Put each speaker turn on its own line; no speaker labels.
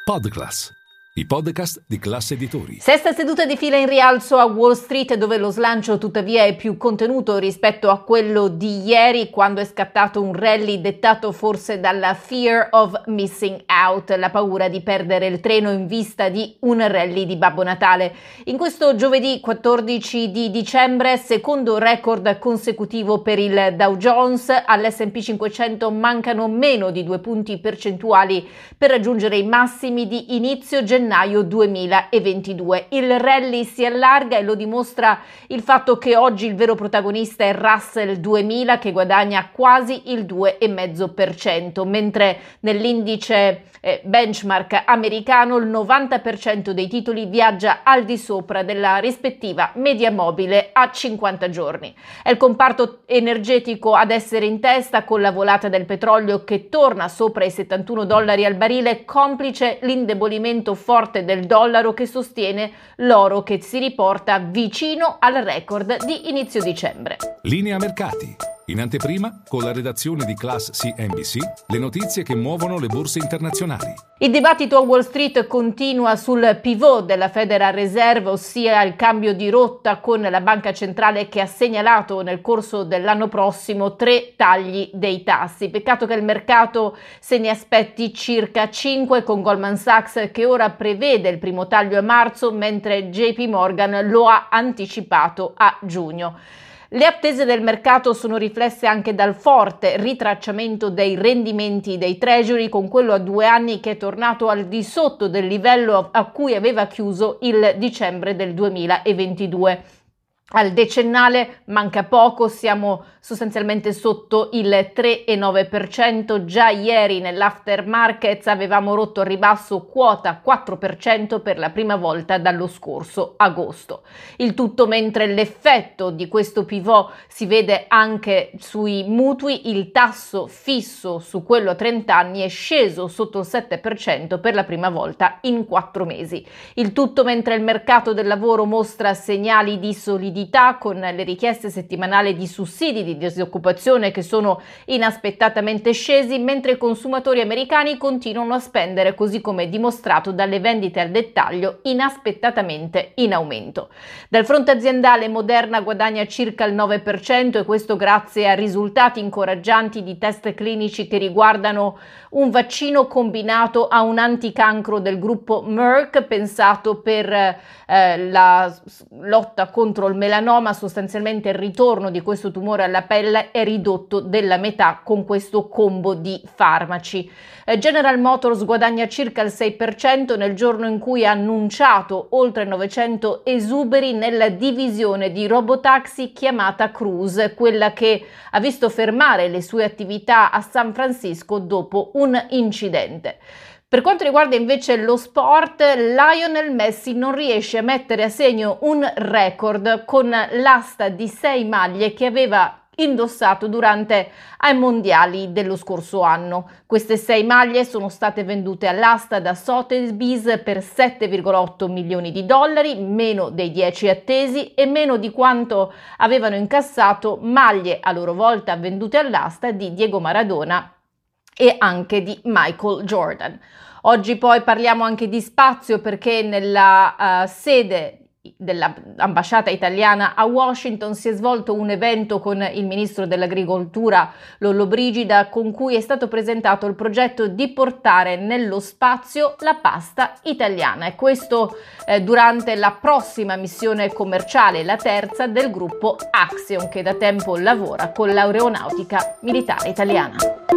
Podclass, i podcast di Class Editori.
Sesta seduta di fila in rialzo a Wall Street, dove lo slancio tuttavia è più contenuto rispetto a quello di ieri, quando è scattato un rally dettato forse dalla fear of missing out, la paura di perdere il treno in vista di un rally di Babbo Natale. In questo giovedì 14 di dicembre, secondo record consecutivo per il Dow Jones, all'S&P 500 mancano meno di 2 punti percentuali per raggiungere i massimi di inizio gennaio 2022. Il rally si allarga e lo dimostra il fatto che oggi il vero protagonista è Russell 2000, che guadagna quasi il 2,5%, mentre nell'indice benchmark americano il 90% dei titoli viaggia al di sopra della rispettiva media mobile a 50 giorni. È il comparto energetico ad essere in testa, con la volata del petrolio che torna sopra i $71 al barile, complice l'indebolimento forte del dollaro che sostiene l'oro, che si riporta vicino al record di inizio dicembre.
Linea mercati. In anteprima, con la redazione di Class CNBC, le notizie che muovono le borse internazionali.
Il dibattito a Wall Street continua sul pivot della Federal Reserve, ossia il cambio di rotta, con la banca centrale che ha segnalato nel corso dell'anno prossimo 3 tagli dei tassi. Peccato che il mercato se ne aspetti circa 5, con Goldman Sachs che ora prevede il primo taglio a marzo, mentre JP Morgan lo ha anticipato a giugno. Le attese del mercato sono riflesse anche dal forte ritracciamento dei rendimenti dei treasury, con quello a 2 anni che è tornato al di sotto del livello a cui aveva chiuso il dicembre del 2022. Al decennale manca poco, siamo sostanzialmente sotto il 3,9%. Già ieri nell'aftermarket avevamo rotto al ribasso quota 4% per la prima volta dallo scorso agosto. Il tutto mentre l'effetto di questo pivot si vede anche sui mutui. Il tasso fisso su quello a 30 anni è sceso sotto il 7% per la prima volta in 4 mesi. Il tutto mentre il mercato del lavoro mostra segnali di solidità, con le richieste settimanali di sussidi di disoccupazione che sono inaspettatamente scesi, mentre i consumatori americani continuano a spendere, così come dimostrato dalle vendite al dettaglio inaspettatamente in aumento. Dal fronte aziendale, Moderna guadagna circa il 9%, e questo grazie a risultati incoraggianti di test clinici che riguardano un vaccino combinato a un anticancro del gruppo Merck, pensato per la lotta contro il melanoma. Sostanzialmente il ritorno di questo tumore alla pelle è ridotto della metà con questo combo di farmaci. General Motors guadagna circa il 6% nel giorno in cui ha annunciato oltre 900 esuberi nella divisione di robotaxi chiamata Cruise, quella che ha visto fermare le sue attività a San Francisco dopo un incidente. Per quanto riguarda invece lo sport, Lionel Messi non riesce a mettere a segno un record con l'asta di 6 maglie che aveva indossato durante ai mondiali dello scorso anno. Queste 6 maglie sono state vendute all'asta da Sotheby's per $7,8 milioni, meno dei 10 attesi e meno di quanto avevano incassato maglie a loro volta vendute all'asta di Diego Maradona e anche di Michael Jordan. Oggi poi parliamo anche di spazio, perché nella sede dell'ambasciata italiana a Washington si è svolto un evento con il ministro dell'agricoltura Lollobrigida, con cui è stato presentato il progetto di portare nello spazio la pasta italiana, e questo durante la prossima missione commerciale, la terza del gruppo Axion, che da tempo lavora con l'aeronautica militare italiana.